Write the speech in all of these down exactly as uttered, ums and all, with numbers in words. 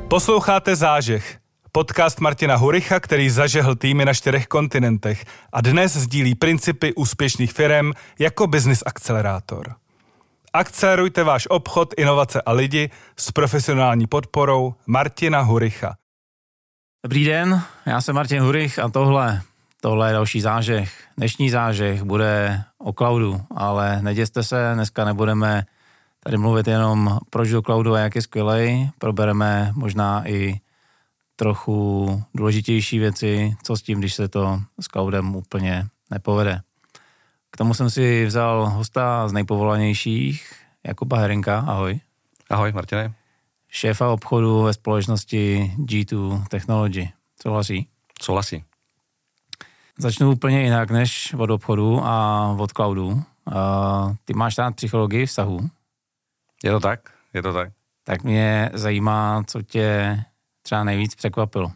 Posloucháte Zážeh, podcast Martina Huricha, který zažehl týmy na čtyřech kontinentech a dnes sdílí principy úspěšných firem jako business akcelerátor. Akcelerujte váš obchod, inovace a lidi s profesionální podporou Martina Huricha. Dobrý den, já jsem Martin Hurich a tohle, tohle je další zážeh. Dnešní zážeh bude o cloudu, ale neděste se, dneska nebudeme tady mluvit jenom proč do cloudu a jak je skvělej, probereme možná i trochu důležitější věci, co s tím, když se to s cloudem úplně nepovede. K tomu jsem si vzal hosta z nejpovolanějších, Jakuba Herinka, ahoj. Ahoj, Martine. Šéfa obchodu ve společnosti G dva Technology. Souhlasí? Souhlasí. Začnu úplně jinak než od obchodu a od cloudu. Ty máš rád psychologii vztahu? Je to tak, je to tak. Tak mě zajímá, co tě třeba nejvíc překvapilo.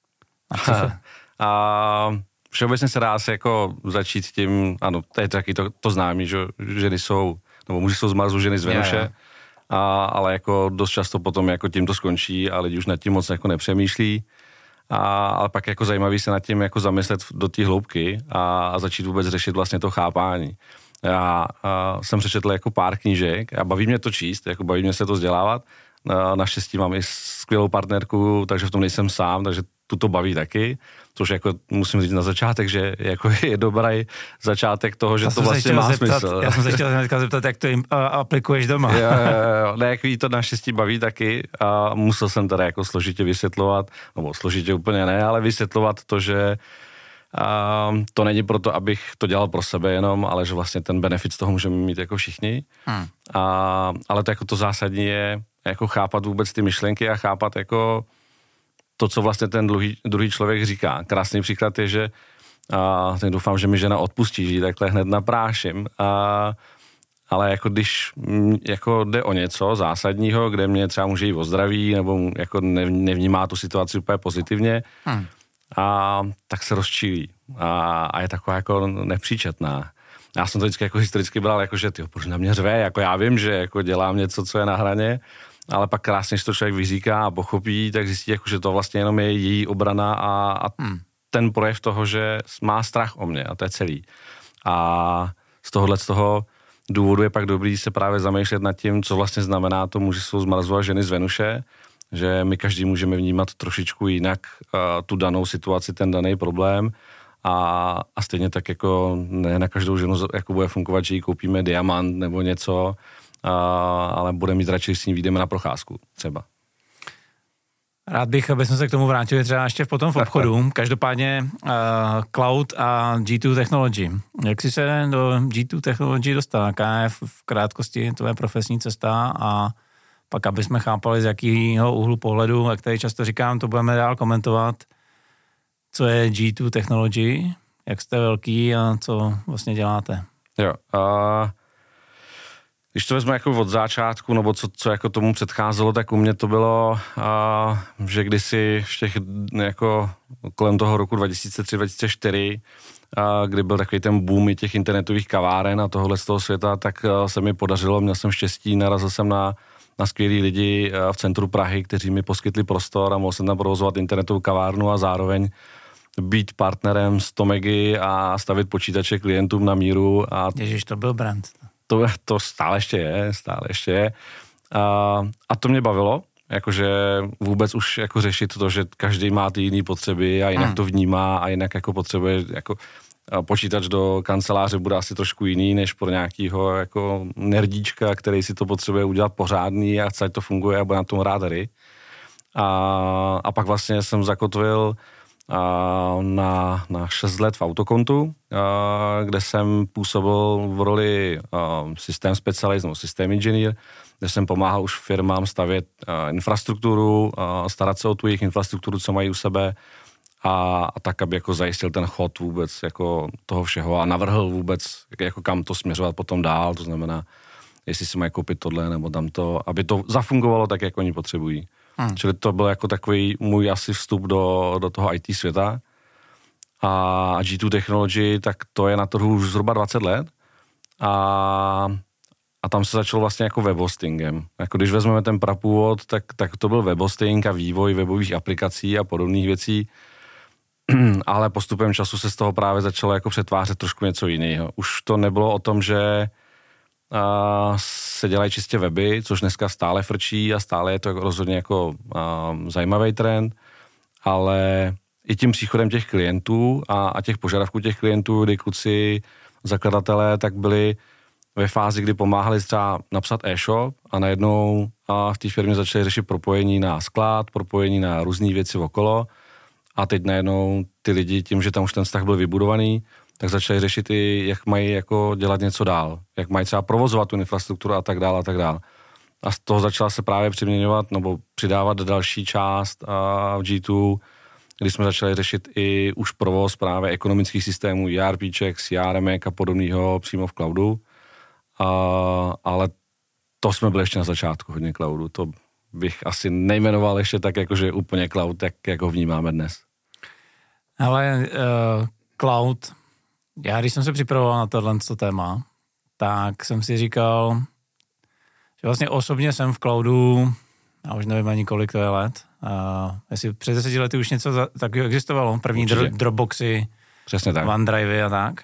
A všeobecně se dá se jako začít tím, ano, to je taky to, to známý, že ženy jsou, nebo muži jsou z Marsu, ženy z Venuše, je, je. A, ale jako dost často potom jako tím to skončí a lidi už nad tím moc jako nepřemýšlí. A, ale pak jako zajímavý se nad tím jako zamyslet do té hloubky a, a začít vůbec řešit vlastně to chápání. Já a, jsem přečetl jako pár knížek a baví mě to číst, jako baví mě se to vzdělávat. A, naštěstí mám i skvělou partnerku, takže v tom nejsem sám, takže tu to baví taky, což jako musím říct na začátek, že jako je dobrý začátek toho, že to, to vlastně má zeptat, smysl. Já jsem se chtěl hnedka zeptat, jak to jim a, aplikuješ doma. Jo, jo, jo. Ne, jak ví, to naštěstí baví taky a musel jsem teda jako složitě vysvětlovat, nebo složitě úplně ne, ale vysvětlovat to, že a, to není proto, abych to dělal pro sebe jenom, ale že vlastně ten benefit z toho můžeme mít jako všichni. Hmm. A, ale to jako to zásadní je jako chápat vůbec ty myšlenky a chápat jako to, co vlastně ten druhý, druhý člověk říká. Krásný příklad je, že a, tak doufám, že mi žena odpustí, že ji takhle hned napráším. A, ale jako když jako jde o něco zásadního, kde mě třeba může jít o zdraví, nebo jako nevnímá tu situaci úplně pozitivně, hmm. a, tak se rozčílí. A, a je taková jako nepříčetná. Já jsem to vždycky jako historicky bral, jako že tyjo, proč na mě řve, jako já vím, že jako dělám něco, co je na hraně, ale pak krásně, že to člověk vyříká a pochopí, tak zjistí, jako, že to vlastně jenom je její obrana a, a hmm. ten projev toho, že má strach o mě a to je celý. A z tohohle z toho důvodu je pak dobrý se právě zamýšlet nad tím, co vlastně znamená to muži jsou z Marsu a ženy z Venuše, že my každý můžeme vnímat trošičku jinak uh, tu danou situaci, ten daný problém a, a stejně tak jako ne na každou ženu jako bude fungovat, že jí koupíme diamant nebo něco, Uh, ale bude mít radši, s ní vyjdeme na procházku třeba. Rád bych, aby jsme se k tomu vrátili třeba ještě potom v obchodu. Každopádně uh, cloud a G dva Technology. Jak jsi se do G dva Technology dostal? Jaká je v krátkosti tvoje profesní cesta a pak, aby jsme chápali, z jakého úhlu pohledu, jak tady často říkám, to budeme dál komentovat, co je G dva Technology, jak jste velký a co vlastně děláte. Jo, uh... Když to vezmu jako od začátku, nebo co, co jako tomu předcházelo, tak u mě to bylo, a, že kdysi v těch jako kolem toho roku dva tisíce tři dva tisíce čtyři, a, kdy byl takový ten boom i těch internetových kaváren a tohle z toho světa, tak a, se mi podařilo, měl jsem štěstí, narazil jsem na, na skvělý lidi a, v centru Prahy, kteří mi poskytli prostor a mohl jsem tam provozovat internetovou kavárnu a zároveň být partnerem s Tomegy a stavit počítače klientům na míru. A Ježiš, to byl brand. To, to stále ještě je, stále ještě je. A, a to mě bavilo, jakože vůbec už jako řešit to, že každý má ty jiné potřeby a jinak hmm. to vnímá a jinak jako potřebuje, jako počítač do kanceláře bude asi trošku jiný, než pro nějakýho jako nerdíčka, který si to potřebuje udělat pořádný a celé to funguje a bude na tom rád hry. A, a pak vlastně jsem zakotvil na, na šest let v Autokontu, kde jsem působil v roli systém specialist nebo systém inženýr, kde jsem pomáhal už firmám stavět infrastrukturu, starat se o tu jejich infrastrukturu, co mají u sebe a, a tak, aby jako zajistil ten chod vůbec jako toho všeho a navrhl vůbec, jako kam to směřovat potom dál, to znamená, jestli si mají koupit tohle nebo tamto, aby to zafungovalo tak, jak oni potřebují. Hmm. Čili to byl jako takový můj asi vstup do, do toho í té světa. A G dva Technology, tak to je na trhu už zhruba dvacet let. A, a a tam se začalo vlastně jako webhostingem. Jako když vezmeme ten prapůvod, tak, tak to byl webhosting a vývoj webových aplikací a podobných věcí, ale postupem času se z toho právě začalo jako přetvářet trošku něco jiného. Už to nebylo o tom, že a, se dělají čistě weby, což dneska stále frčí a stále je to rozhodně jako a, zajímavý trend, ale i tím příchodem těch klientů a, a těch požadavků těch klientů, kdy kluci, zakladatelé, tak byli ve fázi, kdy pomáhali třeba napsat e-shop a najednou a v té firmě začali řešit propojení na sklad, propojení na různé věci okolo a teď najednou ty lidi tím, že tam už ten vztah byl vybudovaný, tak začali řešit i, jak mají jako dělat něco dál, jak mají třeba provozovat tu infrastrukturu a tak dál a tak dál. A z toho začala se právě přiměňovat nebo přidávat další část a v G dva, kdy jsme začali řešit i už provoz právě ekonomických systémů, ERPček, CRMek a podobného přímo v cloudu. A, ale to jsme byli ještě na začátku hodně cloudu. To bych asi nejmenoval ještě tak, jakože úplně cloud, jak, jak ho vnímáme dnes. Ale uh, cloud, já když jsem se připravoval na tohle téma, tak jsem si říkal, že vlastně osobně jsem v cloudu, já už nevím ani kolik to je let, uh, jestli před deseti lety už něco takového existovalo, první dro, Dropboxy, přesně tak, OneDrivey a tak.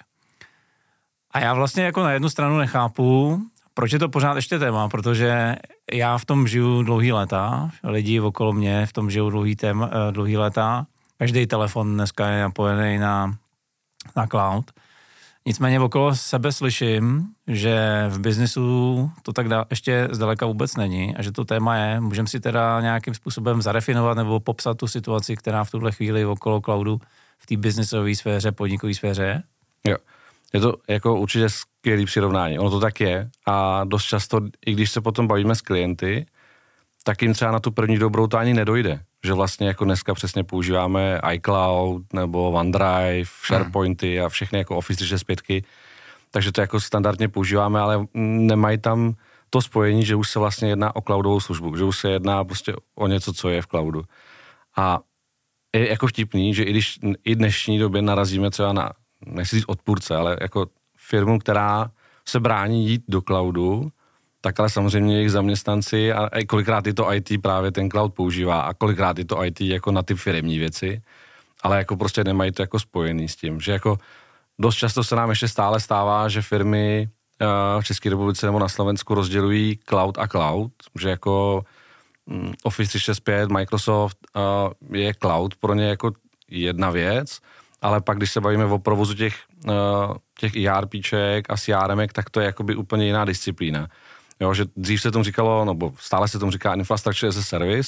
A já vlastně jako na jednu stranu nechápu, proč je to pořád ještě téma, protože já v tom žiju dlouhý léta, lidi okolo mě v tom žijou dlouhý, téma, dlouhý léta, každý telefon dneska je napojený na, na cloud. Nicméně okolo sebe slyším, že v biznisu to tak dá, ještě zdaleka vůbec není a že to téma je, můžeme si teda nějakým způsobem zarefinovat nebo popsat tu situaci, která v tuhle chvíli okolo cloudu v té biznisové sféře, podnikové sféře je? Jo. Je to jako určitě skvělý přirovnání. Ono to tak je a dost často, i když se potom bavíme s klienty, tak jim třeba na tu první dobrou to ani nedojde. Že vlastně jako dneska přesně používáme iCloud nebo OneDrive, SharePointy a všechny jako Office tři šedesát pět. Takže to jako standardně používáme, ale nemají tam to spojení, že už se vlastně jedná o cloudovou službu, že už se jedná prostě o něco, co je v cloudu. A je jako vtipný, že i když i dnešní době narazíme třeba na, nechci říct odpůrce, ale jako firmu, která se brání jít do cloudu, tak ale samozřejmě jejich zaměstnanci a kolikrát je to í té právě ten cloud používá a kolikrát je to í té jako na ty firemní věci, ale jako prostě nemají to jako spojený s tím, že jako dost často se nám ještě stále stává, že firmy v České republice nebo na Slovensku rozdělují cloud a cloud, že jako Office tři šedesát pět, Microsoft je cloud pro ně jako jedna věc, ale pak, když se bavíme o provozu těch, těch ERPček a CRMek, tak to je jakoby úplně jiná disciplína. Jo, že dřív se tomu říkalo, nebo stále se tomu říká infrastructure as a service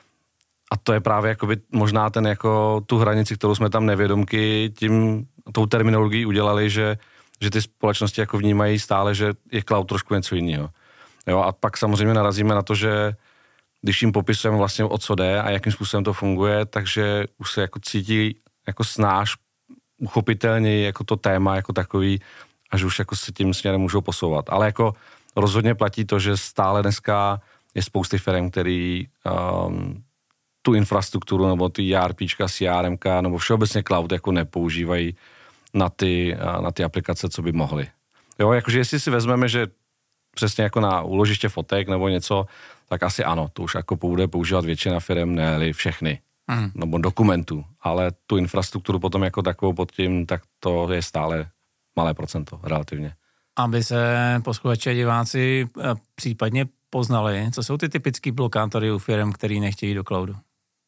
a to je právě jakoby možná ten jako tu hranici, kterou jsme tam nevědomky tím, tou terminologií udělali, že, že ty společnosti jako vnímají stále, že je cloud trošku něco jiného. Jo, a pak samozřejmě narazíme na to, že když jim popisujeme vlastně o co jde a jakým způsobem to funguje, takže už se jako cítí jako snáš uchopitelněji jako to téma jako takový, až už jako se tím směrem můžou posouvat. Ale jako rozhodně platí to, že stále dneska je spousty firm, který um, tu infrastrukturu nebo ty ERPčka, CRMka nebo všeobecně cloud jako nepoužívají na ty, na ty aplikace, co by mohly. Jo, jakože jestli si vezmeme, že přesně jako na úložiště fotek nebo něco, tak asi ano, to už jako bude používat většina firm, ne všechny. Mm. Nebo dokumentů, ale tu infrastrukturu potom jako takovou pod tím, tak to je stále malé procento relativně. Aby se posluchači a diváci případně poznali, co jsou ty typické blokátory u firm, který nechtějí do cloudu?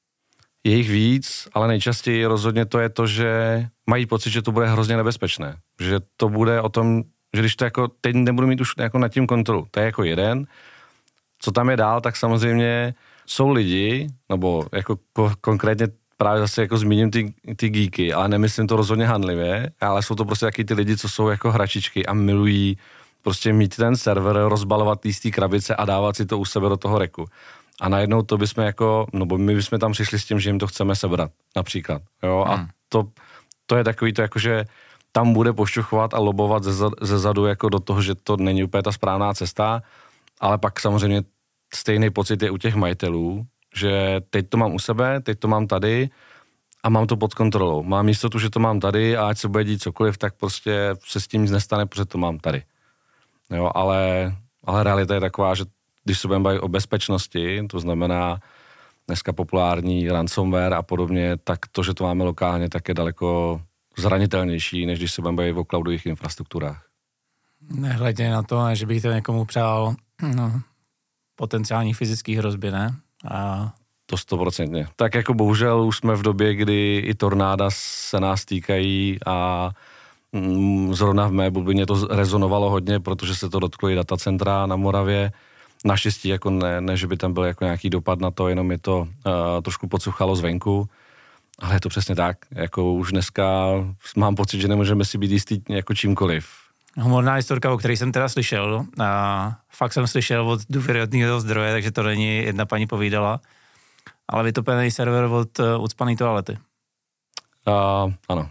Je jich víc, ale nejčastěji rozhodně to je to, že mají pocit, že to bude hrozně nebezpečné. Že to bude o tom, že když to jako teď nebudu mít už jako nad tím kontrolu. To je jako jeden. Co tam je dál, tak samozřejmě jsou lidi, nebo jako ko- konkrétně právě zase jako zmíním ty, ty geeky, ale nemyslím to rozhodně handlivě, ale jsou to prostě taky ty lidi, co jsou jako hračičky a milují prostě mít ten server, rozbalovat jistý krabice a dávat si to u sebe do toho reku. A najednou to bychom jako, no bo my bychom tam přišli s tím, že jim to chceme sebrat, například. Jo, a hmm. to, to je takový to jako, že tam bude pošťuchovat a lobovat ze, ze zadu jako do toho, že to není úplně ta správná cesta, ale pak samozřejmě stejný pocit je u těch majitelů, že teď to mám u sebe, teď to mám tady a mám to pod kontrolou. Mám jistotu, že to mám tady a ať se bude dít cokoliv, tak prostě se s tím nic nestane, protože to mám tady. Jo, ale ale realita je taková, že když se budeme bavit o bezpečnosti, to znamená dneska populární ransomware a podobně, tak to, že to máme lokálně, tak je daleko zranitelnější, než když se budeme bavit o cloudových infrastrukturách. Nehledě na to, že bych to někomu přál no, potenciální fyzický hrozby, ne? A... To stoprocentně. Tak jako bohužel už jsme v době, kdy i tornáda se nás týkají a mm, zrovna v mé bublině to rezonovalo hodně, protože se to dotklo i datacentra na Moravě. Naštěstí jako ne, ne, že by tam byl jako nějaký dopad na to, jenom je to uh, trošku podsuchalo zvenku, ale je to přesně tak. Jako už dneska mám pocit, že nemůžeme si být jistý jako čímkoliv. Humorná historka, o které jsem teda slyšel, a fakt jsem slyšel od důvěryhodného zdroje, takže to není jedna paní povídala, ale vytopený server od uh, ucpaný toalety. Uh, ano.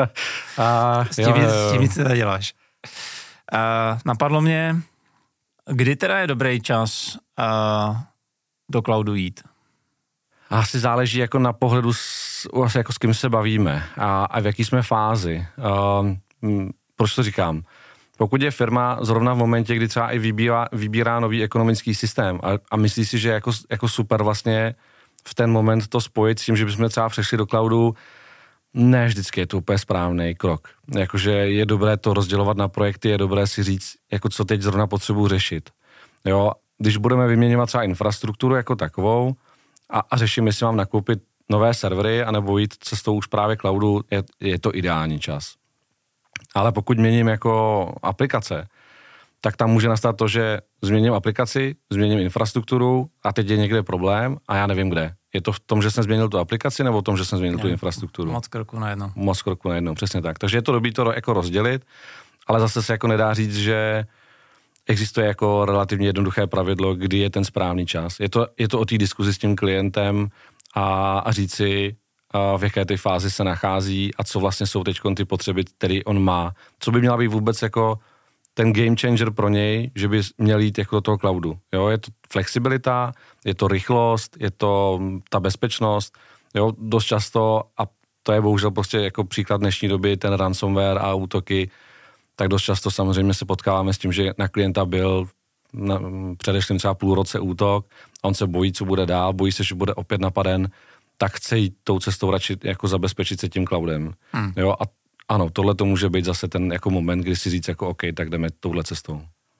a s, tím, jo, jo. s tím nic neděláš. Uh, napadlo mě, kdy teda je dobrý čas uh, do cloudu jít? Asi záleží jako na pohledu, s, jako s kým se bavíme a, a v jaký jsme fázi. Uh, proč to říkám? Pokud je firma zrovna v momentě, kdy třeba i vybírá, vybírá nový ekonomický systém a, a myslí si, že jako, jako super vlastně v ten moment to spojit s tím, že bychom třeba přešli do cloudu, ne vždycky je to úplně správný krok. Jakože je dobré to rozdělovat na projekty, je dobré si říct, jako co teď zrovna potřebuji řešit. Jo, když budeme vyměňovat třeba infrastrukturu jako takovou a, a řeším, jestli mám nakoupit nové servery anebo jít cestou už právě cloudu, je, je to ideální čas. Ale pokud měním jako aplikace, tak tam může nastat to, že změním aplikaci, změním infrastrukturu a teď je někde problém a já nevím kde. Je to v tom, že jsem změnil tu aplikaci nebo v tom, že jsem změnil ne, tu infrastrukturu? Moc kroku na jedno. Moc kroku na jedno, přesně tak. Takže je to dobré to jako rozdělit, ale zase se jako nedá říct, že existuje jako relativně jednoduché pravidlo, kdy je ten správný čas. Je to, je to o té diskuzi s tím klientem a, a říct si, v jaké té fázi se nachází a co vlastně jsou teď ty potřeby, které on má. Co by měla být vůbec jako ten game changer pro něj, že by měl jít jako do toho cloudu. Jo, je to flexibilita, je to rychlost, je to ta bezpečnost, jo, dost často, a to je bohužel prostě jako příklad dnešní doby, ten ransomware a útoky, tak dost často samozřejmě se potkáváme s tím, že na klienta byl na předešlým třeba půl roce útok, a on se bojí, co bude dál, bojí se, že bude opět napaden, tak chce jít tou cestou radši jako zabezpečit se tím cloudem. Hmm. Jo, a ano, tohle to může být zase ten jako moment, kdy si říct jako OK, tak jdeme touhle cestou.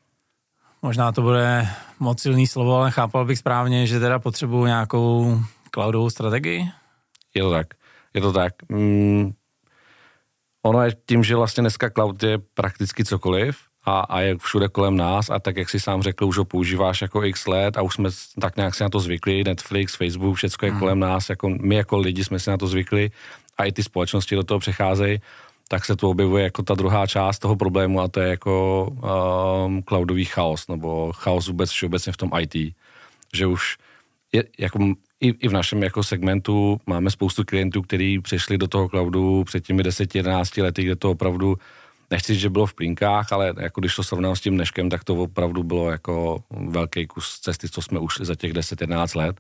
Možná to bude moc silný slovo, ale chápal bych správně, že teda potřebuju nějakou cloudovou strategii? Je to tak. Je to tak. Mm, ono je tím, že vlastně dneska cloud je prakticky cokoliv a, a je všude kolem nás a tak, jak si sám řekl, už ho používáš jako x let a už jsme tak nějak si na to zvykli, Netflix, Facebook, všecko je hmm. kolem nás, jako my jako lidi jsme si na to zvykli a i ty společnosti do toho přecházejí, tak se tu objevuje jako ta druhá část toho problému a to je jako um, cloudový chaos, nebo chaos vůbec všeobecně v tom í té. Že už je, jako, i, i v našem jako segmentu máme spoustu klientů, kteří přešli do toho cloudu před těmi deset jedenáct lety, kde to opravdu, nechci říct, že bylo v plínkách, ale jako když to srovnám s tím dneškem, tak to opravdu bylo jako velký kus cesty, co jsme už za těch deset jedenáct let.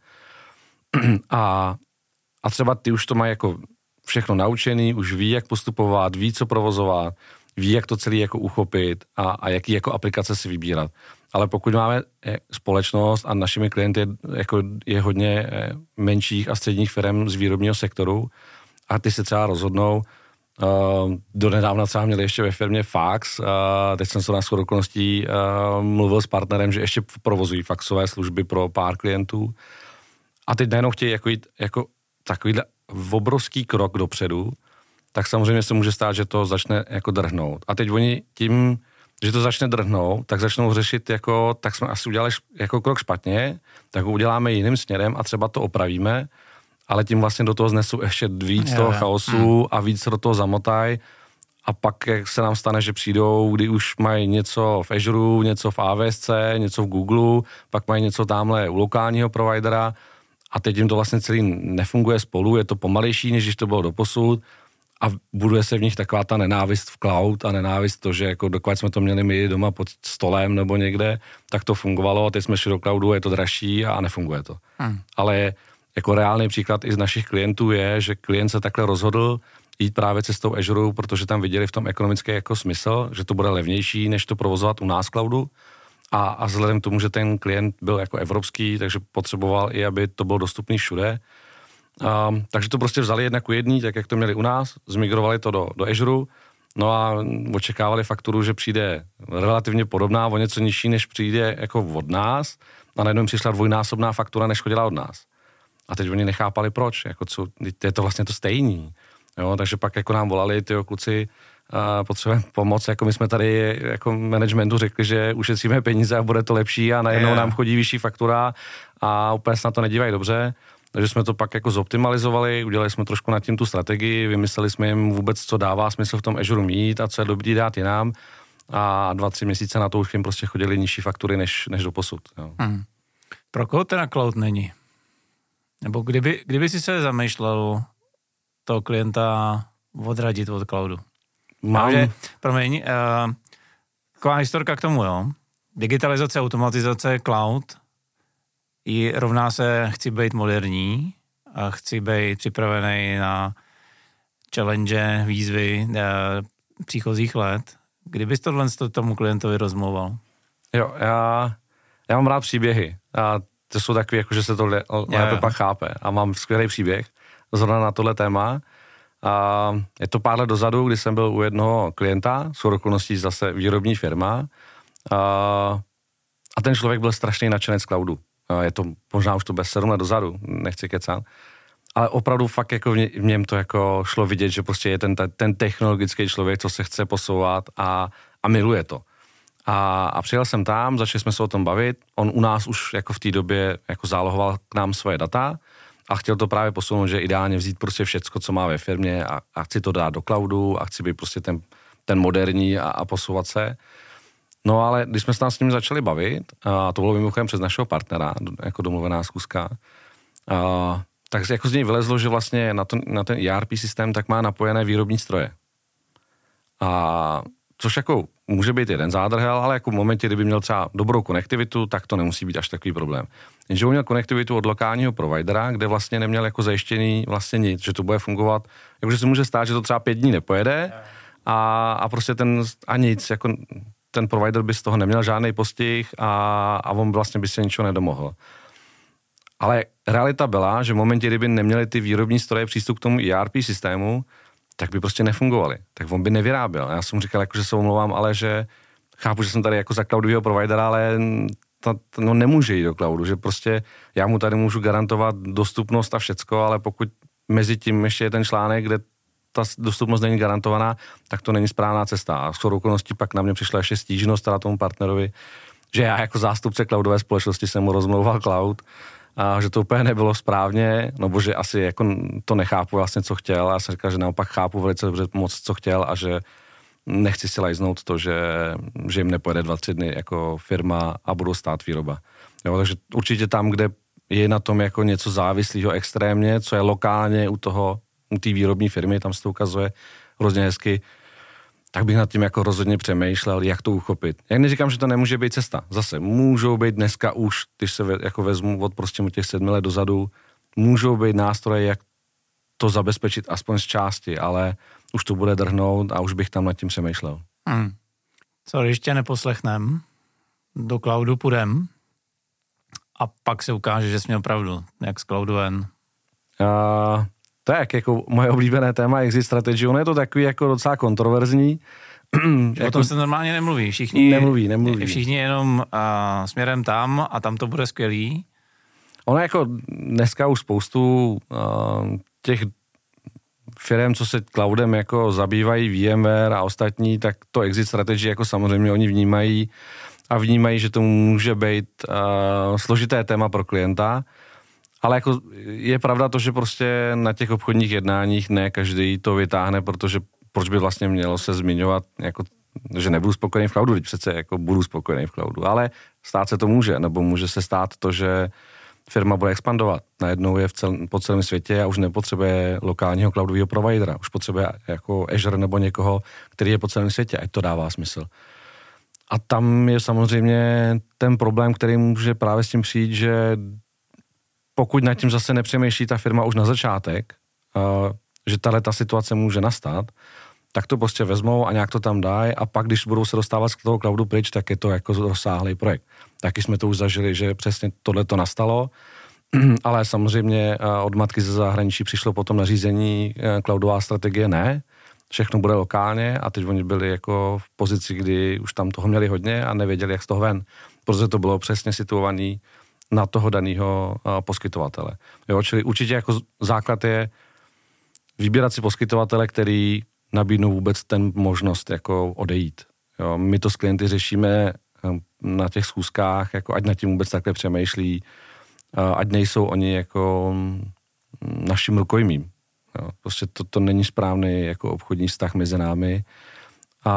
A, a třeba ty už to mají jako všechno naučený, už ví, jak postupovat, ví, co provozovat, ví, jak to celé jako uchopit a, a jaký jako aplikace si vybírat. Ale pokud máme společnost a našimi klienty je, jako je hodně menších a středních firm z výrobního sektoru a ty se třeba rozhodnou, uh, donedávna třeba měli ještě ve firmě fax, uh, teď jsem se na shodou okolností uh, mluvil s partnerem, že ještě provozují faxové služby pro pár klientů a teď najednou chtějí jako jít jako takovýhle obrovský krok dopředu, tak samozřejmě se může stát, že to začne jako drhnout. A teď oni tím, že to začne drhnout, tak začnou řešit jako, tak jsme asi udělali jako krok špatně, tak ho uděláme jiným směrem a třeba to opravíme, ale tím vlastně do toho znesou ještě víc jo, toho jo. chaosu hmm. a víc se do toho zamotají a pak se nám stane, že přijdou, kdy už mají něco v Azure, něco v á vé es cé, něco v Google, pak mají něco tamhle u lokálního providera a teď jim to vlastně celý nefunguje spolu, je to pomalejší, než když to bylo doposud a buduje se v nich taková ta nenávist v cloud a nenávist to, že jako dokud jsme to měli my doma pod stolem nebo někde, tak to fungovalo a teď jsme šli do cloudu, je to dražší a nefunguje to. Hmm. Ale jako reálný příklad i z našich klientů je, že klient se takhle rozhodl jít právě cestou Azure, protože tam viděli v tom ekonomický jako smysl, že to bude levnější, než to provozovat u nás cloudu A, a vzhledem k tomu, že ten klient byl jako evropský, takže potřeboval i, aby to bylo dostupné všude. Um, takže to prostě vzali jedna ku jedný, tak jak to měli u nás, zmigrovali to do, do Azure, no a očekávali fakturu, že přijde relativně podobná, o něco nižší, než přijde jako od nás, a najednou jim přišla dvojnásobná faktura, než chodila od nás. A teď oni nechápali proč, jako co, je to vlastně to stejný. Jo, takže pak jako nám volali tyjo kluci, a potřebujeme pomoc, jako my jsme tady jako managementu řekli, že ušetříme peníze a bude to lepší a najednou yeah. nám chodí vyšší faktura a úplně se na to nedívají dobře. Takže jsme to pak jako zoptimalizovali, udělali jsme trošku nad tím tu strategii, vymysleli jsme jim vůbec, co dává smysl v tom Azure mít a co je dobrý dát jinam. A dva, tři měsíce na to už jim prostě chodili nižší faktury než, než do posud. Jo. Hmm. Pro koho teda cloud není? Nebo kdyby, kdyby si se zamýšlel toho klienta odradit od cloudu? Mám. Takže, promiň, uh, taková historka k tomu, jo. Digitalizace, automatizace, cloud i rovná se chci být moderní a chci být připravený na challenge, výzvy uh, příchozích let. Kdybys tohle tomu klientovi rozmluval? Jo, já, já mám rád příběhy a to jsou takový, jako že se to lépe pak chápe a mám skvělý příběh zrovna na tohle téma. A je to pár let dozadu, kdy jsem byl u jednoho klienta, shodou okolností zase výrobní firma, a, a ten člověk byl strašný nadšenec z cloudu. A je to možná už to bez sedm let dozadu, nechci kecat, ale opravdu fakt jako v, ně, v něm to jako šlo vidět, že prostě je ten, ten technologický člověk, co se chce posouvat a, a miluje to. A, a přijel jsem tam, začali jsme se o tom bavit, on u nás už jako v té době jako zálohoval k nám svoje data, a chtěl to právě posunout, že ideálně vzít prostě všecko, co má ve firmě a, a chci to dát do cloudu a chci být prostě ten, ten moderní a, a posouvat se. No ale když jsme se tam s ním začali bavit, a to bylo mimochodem přes našeho partnera, jako domluvená zkuska, a, tak jako z něj vylezlo, že vlastně na, to, na ten E R P systém tak má napojené výrobní stroje. A což jako může být jeden zádrhel, ale jako v momentě, kdyby měl třeba dobrou konektivitu, tak to nemusí být až takový problém. Jenže on měl konektivitu od lokálního providera, kde vlastně neměl jako zajištěný vlastně nic, že to bude fungovat, jakože se může stát, že to třeba pět dní nepojede a, a prostě ten a nic, jako ten provider by z toho neměl žádný postih a, a on vlastně by se ničeho nedomohl. Ale realita byla, že v momentě, kdyby neměli ty výrobní stroje přístup k tomu E R P systému, tak by prostě nefungovaly. Tak on by nevyráběl. Já jsem mu říkal, jako, že se omlouvám, ale že chápu, že jsem tady jako za cloudového providera, ale to, to, no nemůže jít do cloudu, že prostě já mu tady můžu garantovat dostupnost a všecko, ale pokud mezi tím ještě je ten článek, kde ta dostupnost není garantovaná, tak to není správná cesta. A shodou okolností pak na mě přišla ještě stížnost teda tomu partnerovi, že já jako zástupce cloudové společnosti jsem mu rozmlouval cloud, a že to úplně nebylo správně, nebo že asi jako to nechápu vlastně, co chtěl. Já jsem říkal, že naopak chápu velice dobře moc, co chtěl a že nechci si lajznout to, že, že jim nepojede dva, tři dny jako firma a budou stát výroba. Jo, takže určitě tam, kde je na tom jako něco závislého extrémně, co je lokálně u toho, u té výrobní firmy, tam se to ukazuje hrozně hezky, tak bych nad tím jako rozhodně přemýšlel, jak to uchopit. Jak neříkám, že to nemůže být cesta. Zase můžou být dneska už, když se jako vezmu od prostě těch sedmi let dozadu, můžou být nástroje, jak to zabezpečit aspoň z části, ale už to bude drhnout a už bych tam nad tím přemýšlel. Hmm. Co když tě neposlechnem, do cloudu půjdem a pak se ukáže, že jsi měl pravdu, jak z cloudu ven. Uh, to je jako moje oblíbené téma exit strategy, ono je to takový jako docela kontroverzní. O tom se normálně nemluví. Všichni, nemluví, nemluví. Všichni jenom uh, směrem tam a tam to bude skvělý. Ono jako dneska už spoustu uh, těch firem, co se cloudem jako zabývají, VMware a ostatní, tak to exit strategy jako samozřejmě oni vnímají a vnímají, že to může být uh, složité téma pro klienta, ale jako je pravda to, že prostě na těch obchodních jednáních ne každý to vytáhne, protože proč by vlastně mělo se zmiňovat, jako, že nebudu spokojený v cloudu, teď přece jako budu spokojený v cloudu, ale stát se to může, nebo může se stát to, že firma bude expandovat. Najednou je v cel, po celém světě a už nepotřebuje lokálního cloudového providera. Už potřebuje jako Azure nebo někoho, který je po celém světě, ať to dává smysl. A tam je samozřejmě ten problém, který může právě s tím přijít, že pokud nad tím zase nepřemýšlí ta firma už na začátek, uh, že tahle ta situace může nastat, tak tak to prostě vezmou a nějak to tam dají a pak, když budou se dostávat z toho cloudu pryč, tak je to jako rozsáhlý projekt. Taky jsme to už zažili, že přesně tohle to nastalo, ale samozřejmě od matky ze zahraničí přišlo potom nařízení cloudová strategie ne, všechno bude lokálně a teď oni byli jako v pozici, kdy už tam toho měli hodně a nevěděli, jak z toho ven, protože to bylo přesně situovaný na toho daného poskytovatele. Jo, čili určitě jako základ je vybírat si poskytovatele, který nabídnou vůbec ten možnost jako odejít. Jo, my to s klienty řešíme na těch schůzkách, jako ať nad tím vůbec takhle přemýšlí, ať nejsou oni jako naším rukojmím. Jo, prostě to, to není správný jako obchodní vztah mezi námi a,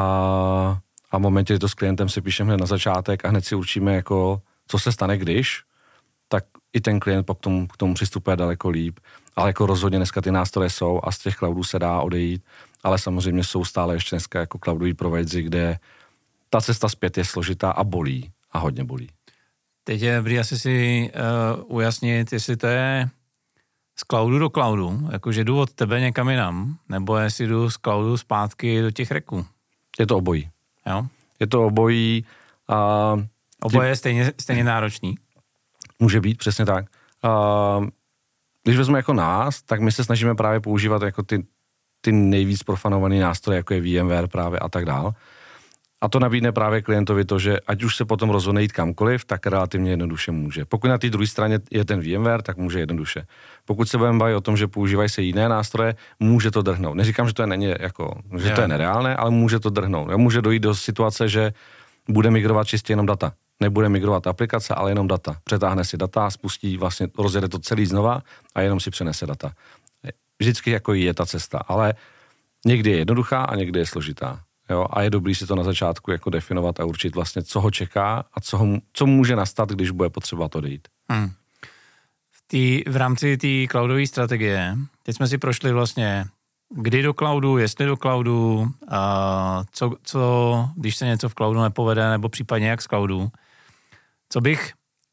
a v momentě, kdy to s klientem si píšeme hned na začátek a hned si určíme, jako, co se stane, když, tak i ten klient pak k tomu, k tomu přistupuje daleko líp. Ale jako rozhodně dneska ty nástroje jsou a z těch cloudů se dá odejít, ale samozřejmě jsou stále ještě dneska jako cloudový provideři, kde ta cesta zpět je složitá a bolí. A hodně bolí. Teď je dobrý asi si uh, ujasnit, jestli to je z cloudu do cloudu, jakože jdu od tebe někam jinam, nebo jestli jdu z cloudu zpátky do těch reků. Je to obojí. Jo? Je to obojí. Uh, Oboje je stejně, stejně náročný. Může být, přesně tak. Uh, když vezmeme jako nás, tak my se snažíme právě používat jako ty, ty nejvíc profanované nástroje, jako je VMware právě a tak dál. A to nabídne právě klientovi to, že ať už se potom rozhodne jít kamkoliv, tak relativně jednoduše může. Pokud na té druhé straně je ten VMware, tak může jednoduše. Pokud se budeme bavit o tom, že používají se jiné nástroje, může to drhnout. Neříkám, že to je, není jako, že yeah. to je nereálné, ale může to drhnout. Může dojít do situace, že bude migrovat čistě jenom data. Nebude migrovat aplikace, ale jenom data. Přetáhne si data, spustí, vlastně rozjede to celý znova a jenom si přenese data. Vždycky jako je ta cesta, ale někdy je jednoduchá a někdy je složitá. Jo, a je dobrý si to na začátku jako definovat a určit vlastně, co ho čeká a co, ho, co může nastat, když bude potřeba to dojít. Hmm. V, tý, v rámci té cloudové strategie, teď jsme si prošli vlastně, kdy do cloudu, jestli do cloudu, a co, co, když se něco v cloudu nepovede, nebo případně jak z cloudu. Co bych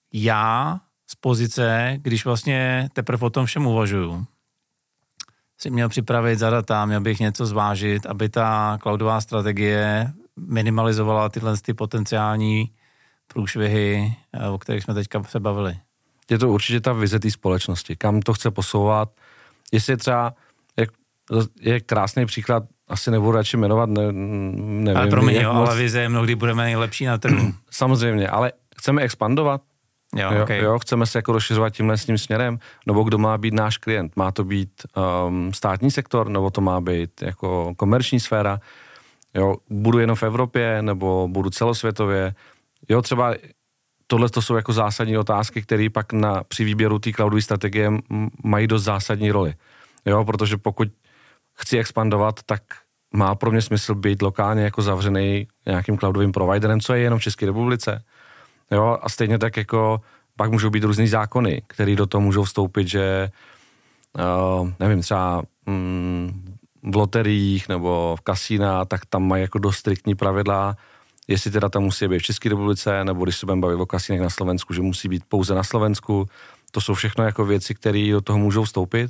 já z pozice, když vlastně teprve o tom všem uvažuju, si měl připravit za data, měl bych něco zvážit, aby ta cloudová strategie minimalizovala tyhle ty potenciální průšvihy, o kterých jsme teďka se bavili. Je to určitě ta vize té společnosti, kam to chce posouvat. Jestli třeba, jak, je krásný příklad, asi nebudu radši jmenovat, ne, nevím. Ale promiň, jo, moc... ale vize mnohdy budeme nejlepší na trhu. Samozřejmě, ale chceme expandovat. Jo, jo, okay. jo, chceme se jako rozšiřovat tímhle s tím směrem, nebo kdo má být náš klient. Má to být um, státní sektor, nebo to má být jako komerční sféra. Jo, budu jenom v Evropě, nebo budu celosvětově. Jo, třeba tohle to jsou jako zásadní otázky, které pak na, při výběru té cloudové strategie mají dost zásadní roli. Jo, protože pokud chci expandovat, tak má pro mě smysl být lokálně jako zavřený nějakým cloudovým providerem, co je jenom v České republice. Jo, a stejně tak jako pak můžou být různý zákony, které do toho můžou vstoupit, že uh, nevím, třeba mm, v loteriích nebo v kasína, tak tam mají jako dost striktní pravidla, jestli teda tam musí být v České republice, nebo když se budeme bavit o kasínech na Slovensku, že musí být pouze na Slovensku. To jsou všechno jako věci, které do toho můžou vstoupit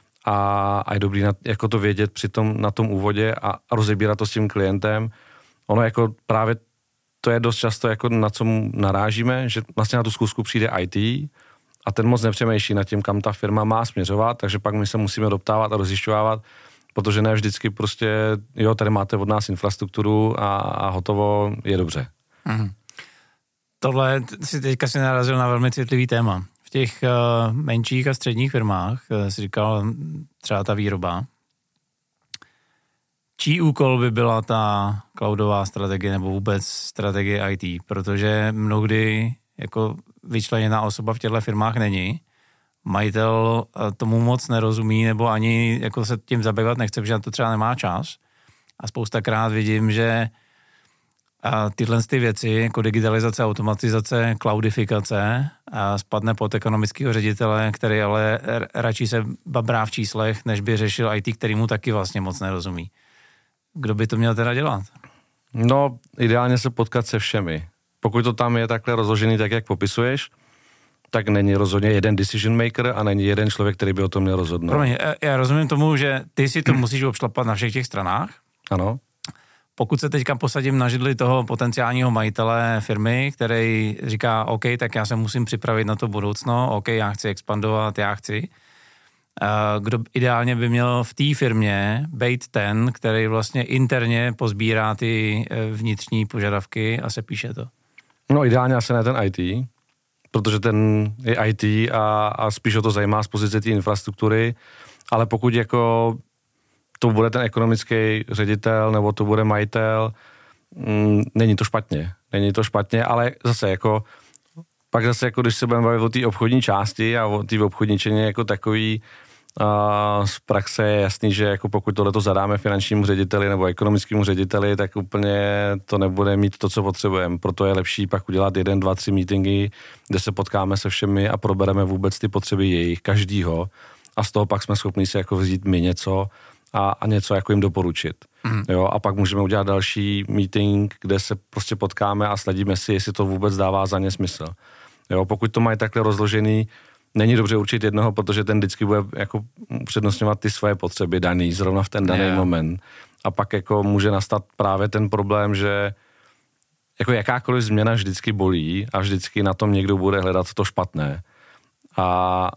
a, a je dobrý na, jako to vědět při tom, na tom úvodě a, a rozebírat to s tím klientem. Ono jako právě to je dost často jako na co narážíme, že vlastně na tu zkusku přijde í té a ten moc nepřemýšlí nad tím, kam ta firma má směřovat, takže pak my se musíme doptávat a rozjišťovávat, protože ne vždycky prostě, jo, tady máte od nás infrastrukturu a, a hotovo, je dobře. Mm. Tohle si teďka si narazil na velmi citlivý téma. V těch uh, menších a středních firmách, uh, si říkal třeba ta výroba, čí úkol by byla ta cloudová strategie nebo vůbec strategie í té, protože mnohdy jako vyčleněná osoba v těchto firmách není. Majitel tomu moc nerozumí nebo ani jako se tím zabývat nechce, protože na to třeba nemá čas. A spoustakrát vidím, že tyhle ty věci, jako digitalizace, automatizace, cloudifikace, a spadne pod ekonomického ředitele, který ale radši se babrá v číslech, než by řešil í té, který mu taky vlastně moc nerozumí. Kdo by to měl teda dělat? No, ideálně se potkat se všemi. Pokud to tam je takhle rozložený, tak jak popisuješ, tak není rozhodně jeden decision maker a není jeden člověk, který by o tom měl rozhodnout. Promiň, já rozumím tomu, že ty si to musíš obšlapat na všech těch stranách, Ano. Pokud se teďka posadím na židli toho potenciálního majitele firmy, který říká, OK, tak já se musím připravit na to budoucno, OK, já chci expandovat, já chci. Kdo ideálně by měl v té firmě být ten, který vlastně interně pozbírá ty vnitřní požadavky a se píše to? No ideálně asi ne ten í té, protože ten je í té a, a spíš o to zajímá z pozice té infrastruktury, ale pokud jako to bude ten ekonomický ředitel nebo to bude majitel, mm, není to špatně. Není to špatně, ale zase jako pak zase jako když se budeme bavit o té obchodní části a o té obchodní čeně jako takový a z praxe je jasný, že jako pokud tohleto zadáme finančnímu řediteli nebo ekonomickému řediteli, tak úplně to nebude mít to, co potřebujeme. Proto je lepší pak udělat jeden, dva, tři meetingy, kde se potkáme se všemi a probereme vůbec ty potřeby jejich, každýho. A z toho pak jsme schopni si jako vzít my něco a, a něco jako jim doporučit. Mm. Jo, a pak můžeme udělat další meeting, kde se prostě potkáme a sledíme si, jestli to vůbec dává za ně smysl. Jo, pokud to mají takhle rozložený, není dobře určit jednoho, protože ten vždycky bude jako přednostňovat ty svoje potřeby daný, zrovna v ten daný yeah. moment. A pak jako může nastat právě ten problém, že jako jakákoliv změna vždycky bolí a vždycky na tom někdo bude hledat to špatné. A,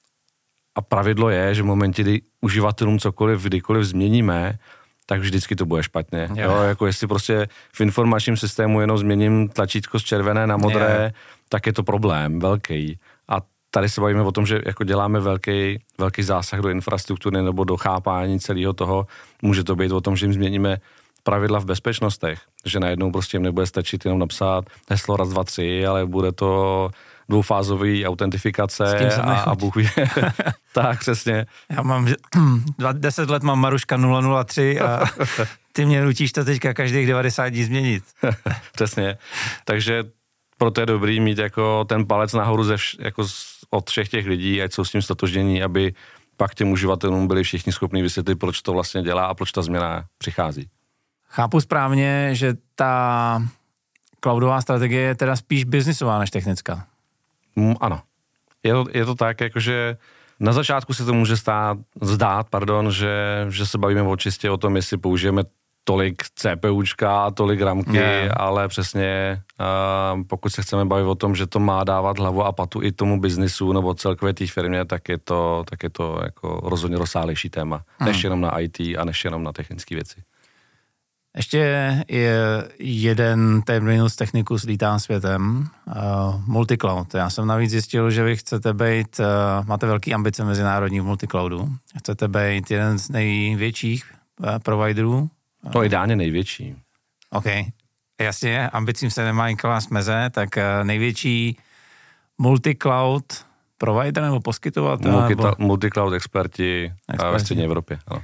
a pravidlo je, že v momentě, kdy uživatelům cokoliv, kdykoliv změníme, tak vždycky to bude špatně. Yeah. Jo, jako jestli prostě v informačním systému jenom změním tlačítko z červené na modré, yeah. tak je to problém velký. A tady se bavíme o tom, že jako děláme velký, velký zásah do infrastruktury nebo do chápání celého toho. Může to být o tom, že jim změníme pravidla v bezpečnostech, že najednou prostě jim nebude stačit jenom napsat heslo raz, dva, tři, ale bude to dvoufázový autentifikace a, a Bůh ví. Tak, přesně. Já mám deset let mám Maruška nula nula tři a ty mě nutíš to teďka každých devadesát dní změnit. Přesně. Takže proto je dobrý mít jako ten palec nahoru ze vš- jako z, od všech těch lidí, ať jsou s tím stotožnění, aby pak těm uživatelům byli všichni schopni vysvětlit, proč to vlastně dělá a proč ta změna přichází. Chápu správně, že ta cloudová strategie je teda spíš biznisová než technická. Mm, ano. Je to, je to tak, jakože na začátku se to může stát, zdát, pardon, že, že se bavíme o čistě o tom, jestli použijeme tolik CPUčka, tolik ramky, yeah. ale přesně uh, pokud se chceme bavit o tom, že to má dávat hlavu a patu i tomu biznisu nebo celkově té firmě, tak je to, tak je to jako rozhodně rozsáhlejší téma, hmm. než jenom na í té a než jenom na technické věci. Ještě je jeden terminus technicus lítá světem, uh, multicloud. Já jsem navíc zjistil, že vy chcete být, uh, máte velký ambice mezinárodní v multicloudu, chcete být jeden z největších uh, providerů. To ideálně největší. OK. Jasně, ambicím se nemá klást meze, tak uh, největší multicloud provider nebo poskytovatel? Multi- nebo... Multicloud experti, experti ve střední Evropě. Ano.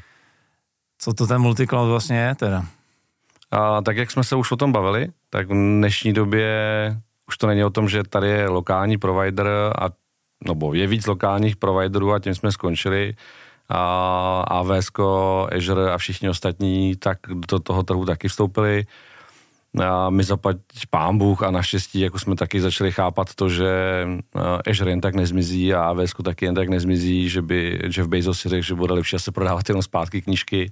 Co to ten multicloud vlastně je teda? A tak jak jsme se už o tom bavili, tak v dnešní době už to není o tom, že tady je lokální provider, a, nebo je víc lokálních providerů a tím jsme skončili. A á vé es, Azure a všichni ostatní tak do toho trhu taky vstoupili. A my zaplať pán Bůh a naštěstí jako jsme taky začali chápat to, že Azure jen tak nezmizí a á vé es taky jen tak nezmizí, že by Jeff Bezos si řekl, že bude lepší se prodávat jenom zpátky knížky.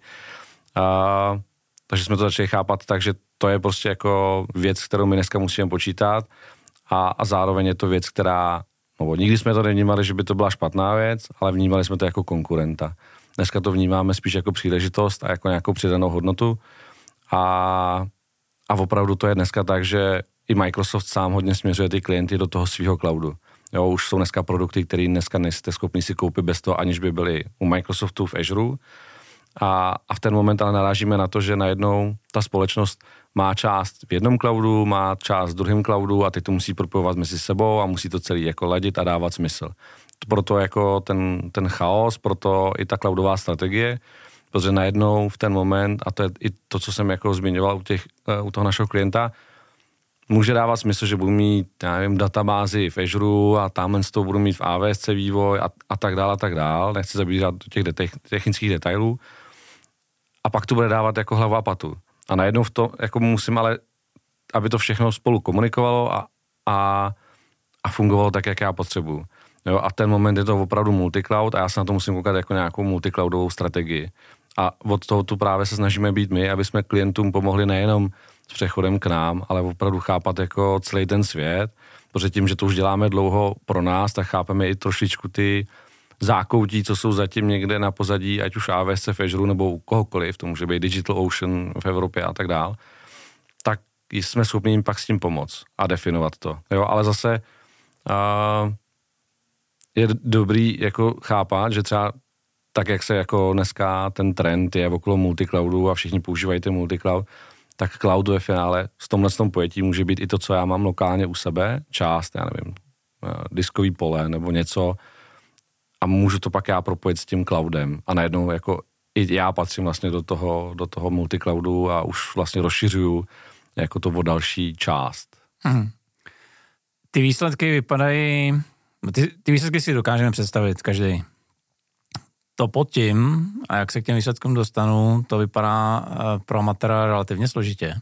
A takže jsme to začali chápat, takže to je prostě jako věc, kterou my dneska musíme počítat a, a zároveň je to věc, která, no nikdy jsme to nevnímali, že by to byla špatná věc, ale vnímali jsme to jako konkurenta. Dneska to vnímáme spíš jako příležitost a jako nějakou přidanou hodnotu a, a opravdu to je dneska tak, že i Microsoft sám hodně směřuje ty klienty do toho svého cloudu. Jo, už jsou dneska produkty, které dneska nejste schopni si koupit bez toho, aniž by byly u Microsoftu v Azure. A, a v ten moment ale narážíme na to, že najednou ta společnost má část v jednom cloudu, má část v druhém cloudu a ty to musí propojovat mezi sebou a musí to celý jako ladit a dávat smysl. Proto jako ten, ten chaos, proto i ta cloudová strategie, protože najednou v ten moment, a to je i to, co jsem jako zmiňoval u, těch, u toho našeho klienta, může dávat smysl, že budu mít, já nevím, databázi v Azure a tamhle z toho budu mít v á vé es vývoj a, a tak dál a tak dál. Nechci zabírat do těch dete- technických detailů. A pak to bude dávat jako hlavu a patu. A najednou v tom, jako musím ale, aby to všechno spolu komunikovalo a, a, a fungovalo tak, jak já potřebuju. Jo, a ten moment je to opravdu multicloud a já se na to musím koukat jako nějakou multicloudovou strategii. A od toho tu právě se snažíme být my, aby jsme klientům pomohli nejenom s přechodem k nám, ale opravdu chápat jako celý ten svět, protože tím, že to už děláme dlouho pro nás, tak chápeme i trošičku ty zákoutí, co jsou zatím někde na pozadí, ať už A W S v Azure nebo u kohokoliv, to může být Digital Ocean v Evropě a tak dál, tak jsme schopni jim pak s tím pomoct a definovat to. Jo, ale zase uh, je dobrý jako chápat, že třeba tak, jak se jako dneska ten trend je okolo multicloudu a všichni používají ten multicloud, tak cloud ve finále v tomhle tom pojetí může být i to, co já mám lokálně u sebe, část, já nevím, diskový pole nebo něco a můžu to pak já propojit s tím cloudem a najednou jako i já patřím vlastně do toho, do toho multicloudu a už vlastně rozšiřuju jako to o další část. Hmm. Ty výsledky vypadají, ty, ty výsledky si dokážeme představit každý. To pod tím, a jak se k těm výsledkům dostanu, to vypadá pro amatéra relativně složitě.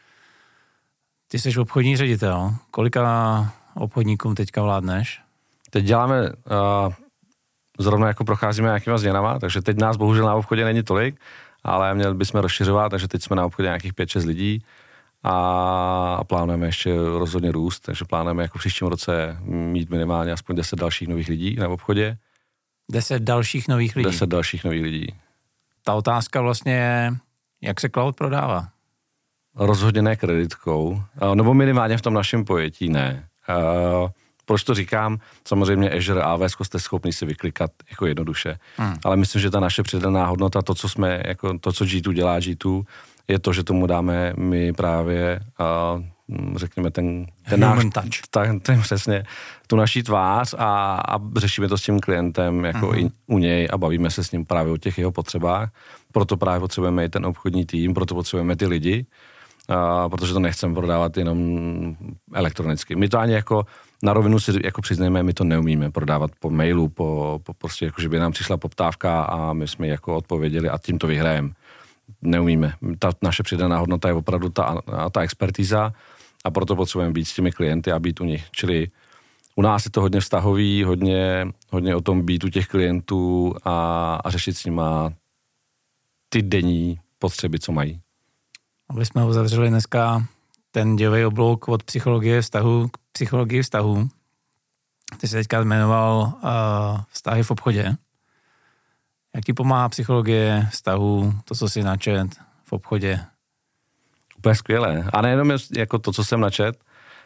Ty jsi obchodní ředitel. Kolika obchodníkům teďka vládneš? Teď děláme, uh, zrovna jako procházíme nějakýma změnama, takže teď nás bohužel na obchodě není tolik, ale měli bychom rozšiřovat, takže teď jsme na obchodě nějakých pět šest lidí a, a plánujeme ještě rozhodně růst, takže plánujeme jako v příštím roce mít minimálně aspoň deset dalších nových lidí na obchodě. Deset dalších nových lidí? Deset dalších nových lidí. Ta otázka vlastně je, jak se cloud prodává? Rozhodně ne kreditkou, nebo minimálně v tom našem pojetí ne. Proč to říkám? Samozřejmě Azure a A W S jste schopni si vyklikat jako jednoduše, hmm. ale myslím, že ta naše přidaná hodnota, to, co jsme, jako to, co G dva dělá G dva, je to, že tomu dáme my právě, uh, řekněme, ten, ten náš, ten, ten přesně, tu naší tvář a, a řešíme to s tím klientem jako uh-huh. i u něj a bavíme se s ním právě o těch jeho potřebách. Proto právě potřebujeme i ten obchodní tým, proto potřebujeme ty lidi, uh, protože to nechceme prodávat jenom elektronicky. My to ani jako na rovinu si jako přiznejme, my to neumíme prodávat po mailu, po, po prostě jako, že by nám přišla poptávka a my jsme jako odpověděli a tím to vyhrajeme. Neumíme. Ta naše přidaná hodnota je opravdu ta, ta expertíza a proto potřebujeme být s těmi klienty a být u nich. Čili u nás je to hodně vztahový, hodně, hodně o tom být u těch klientů a, a řešit s nima ty denní potřeby, co mají. Aby jsme uzavřeli dneska ten dělový oblouk od psychologie vztahu k psychologii vztahu. Ty jsi teďka jmenoval uh, vztahy v obchodě. Jak ti pomáhá psychologie vztahu, to, co jsi načet v obchodě? Úplně skvělé. A nejenom jako to, co jsem načet.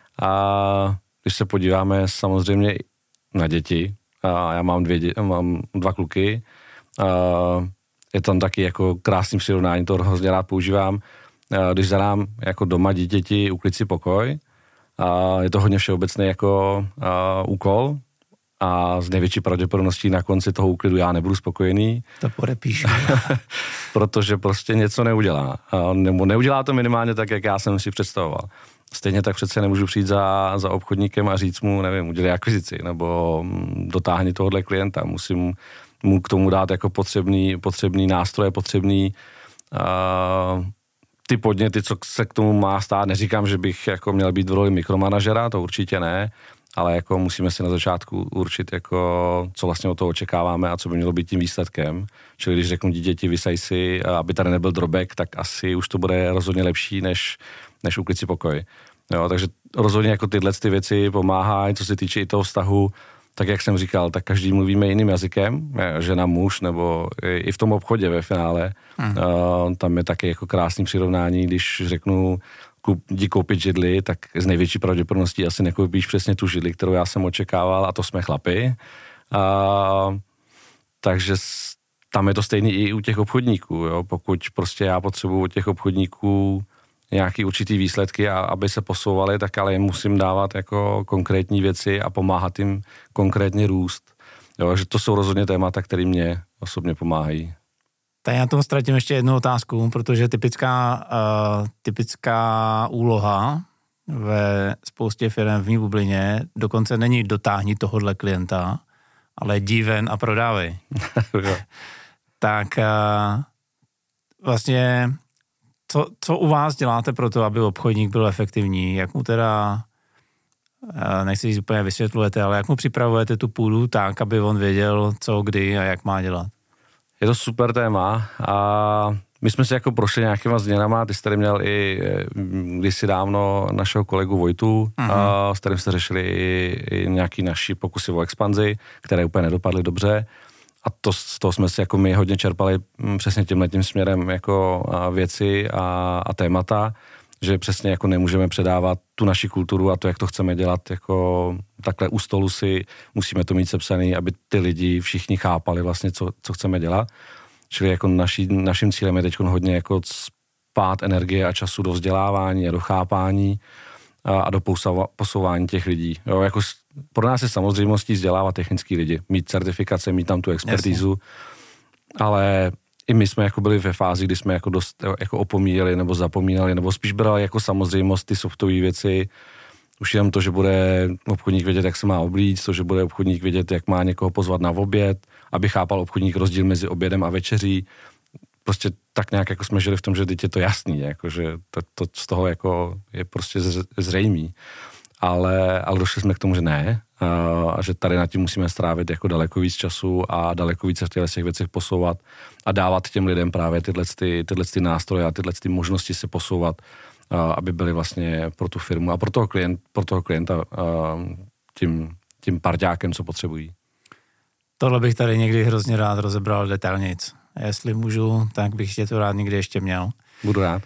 A když se podíváme samozřejmě na děti, a já mám, dvě, mám dva kluky, a je tam taky jako krásný přirovnání, to hrozně rád používám. A když zadám jako doma dítěti uklid si pokoj, a je to hodně všeobecný jako a, úkol, a z největší pravděpodobností na konci toho úklidu já nebudu spokojený. To podepíšu. Protože prostě něco neudělá. Nebo neudělá to minimálně tak, jak já jsem si představoval. Stejně tak přece nemůžu přijít za, za obchodníkem a říct mu, nevím, udělej akvizici, nebo dotáhni tohohle klienta. Musím mu k tomu dát jako potřebný, potřebný nástroje, potřebný uh, ty podněty, co se k tomu má stát. Neříkám, že bych jako měl být v roli mikromanažera, to určitě ne, ale jako musíme si na začátku určit, jako, co vlastně od toho očekáváme a co by mělo být tím výsledkem. Čili když řeknu děti, vysaj si, aby tady nebyl drobek, tak asi už to bude rozhodně lepší, než, než uklid si pokoj. Jo, takže rozhodně jako tyhle ty věci pomáhají, co se týče i toho vztahu, tak jak jsem říkal, tak každý mluvíme jiným jazykem, žena, muž, nebo i v tom obchodě ve finále. Hmm. Uh, tam je taky jako krásný přirovnání, když řeknu, jdi koupit židli, tak z největší pravděpodobností asi nekoupíš přesně tu židli, kterou já jsem očekával, a to jsme chlapi. Uh, takže tam je to stejný i u těch obchodníků. Jo? Pokud prostě já potřebuji od těch obchodníků nějaký určitý výsledky, a aby se posouvali, tak ale jim musím dávat jako konkrétní věci a pomáhat jim konkrétně růst. Jo, takže to jsou rozhodně témata, které mě osobně pomáhají. Tady na tom ztratím ještě jednu otázku, protože typická, uh, typická úloha ve spoustě firm v mý bublině dokonce není dotáhni tohodle klienta, ale jdi ven a prodávej. Tak uh, vlastně co, co u vás děláte pro to, aby obchodník byl efektivní? Jak mu teda, nechci říct úplně vysvětlujete, ale jak mu připravujete tu půdu tak, aby on věděl, co, kdy a jak má dělat? Je to super téma a my jsme si jako prošli nějakýma změnama, ty jsi tady měl i kdysi dávno našeho kolegu Vojtu, mm-hmm. a s kterým jste řešili i, i nějaký naši pokusy o expanzi, které úplně nedopadly dobře. A to, z toho jsme si jako my hodně čerpali přesně tímhletím směrem jako věci a, a témata, že přesně jako nemůžeme předávat tu naši kulturu a to, jak to chceme dělat, jako takhle u stolu si musíme to mít sepsaný, aby ty lidi všichni chápali vlastně, co, co chceme dělat. Čili jako naší, naším cílem je teď hodně jako spát energie a času do vzdělávání a do chápání a, a do posouvání těch lidí. Jo, jako pro nás je samozřejmostí vzdělávat technický lidi, mít certifikace, mít tam tu expertízu, jasně. Ale i my jsme jako byli ve fázi, kdy jsme jako dost jako opomíjeli nebo zapomínali, nebo spíš brali jako samozřejmost ty softové věci. Už jenom to, že bude obchodník vědět, jak se má oblíct, to, že bude obchodník vědět, jak má někoho pozvat na oběd, aby chápal obchodník rozdíl mezi obědem a večeří. Prostě tak nějak jako jsme žili v tom, že teď je to jasný, jako, že to, to z toho jako je prostě zřejmý. Ale, ale došli jsme k tomu, že ne a že tady na tím musíme strávit jako daleko víc času a daleko více v těchto těch věcech posouvat a dávat těm lidem právě tyhle, ty, tyhle ty nástroje a tyhle ty možnosti se posouvat, aby byly vlastně pro tu firmu a pro toho, klient, pro toho klienta tím, tím parťákem, co potřebují. Tohle bych tady někdy hrozně rád rozebral detailnějc. Jestli můžu, tak bych tě to rád někdy ještě měl. Budu rád.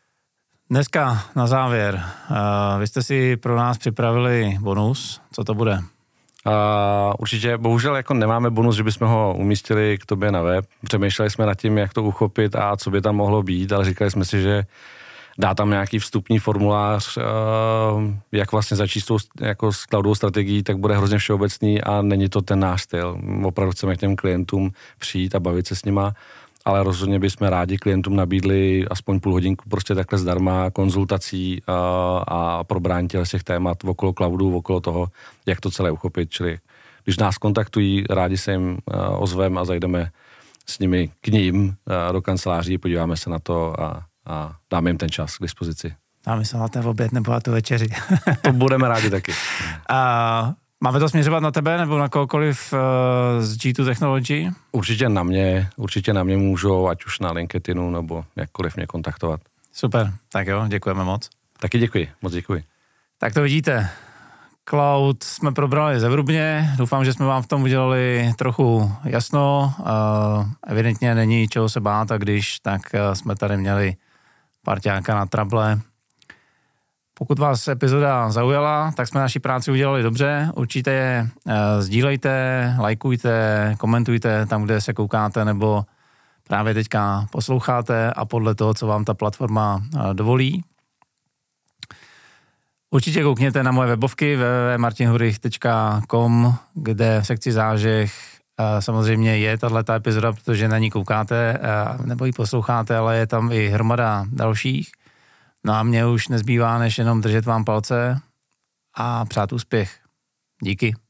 Dneska na závěr, vy jste si pro nás připravili bonus, co to bude? Uh, určitě, bohužel jako nemáme bonus, že bychom ho umístili k tobě na web. Přemýšleli jsme nad tím, jak to uchopit a co by tam mohlo být, ale říkali jsme si, že dá tam nějaký vstupní formulář, uh, jak vlastně začít s tou jako s cloudovou strategií, tak bude hrozně všeobecný a není to ten náš styl. Opravdu chceme k těm klientům přijít a bavit se s nima, ale rozhodně bychom rádi klientům nabídli aspoň půl hodinku prostě takhle zdarma konzultací uh, a probrání těch témat okolo cloudu, okolo toho, jak to celé uchopit. Čili když nás kontaktují, rádi se jim uh, ozvem a zajdeme s nimi k ním uh, do kanceláří, podíváme se na to a, a dáme jim ten čas k dispozici. A myslím na ten oběd nebo na tu večeři. To budeme rádi taky. A máme to směřovat na tebe nebo na kohokoliv uh, z G dva Technology? Určitě na mě, určitě na mě můžou, ať už na LinkedInu nebo jakkoliv mě kontaktovat. Super, tak jo, děkujeme moc. Taky děkuji, moc děkuji. Tak to vidíte, cloud jsme probrali zevrubně, doufám, že jsme vám v tom udělali trochu jasno, uh, evidentně není čeho se bát a když, tak uh, jsme tady měli parťáka na trable. Pokud vás epizoda zaujala, tak jsme naši práci udělali dobře. Určitě je uh, sdílejte, lajkujte, komentujte tam, kde se koukáte nebo právě teďka posloucháte a podle toho, co vám ta platforma uh, dovolí. Určitě koukněte na moje webovky w w w tečka martin hurich tečka com, kde v sekci zážeh uh, samozřejmě je tato epizoda, protože na ní koukáte uh, nebo ji posloucháte, ale je tam i hromada dalších. No a mně už nezbývá, než jenom držet vám palce a přát úspěch. Díky.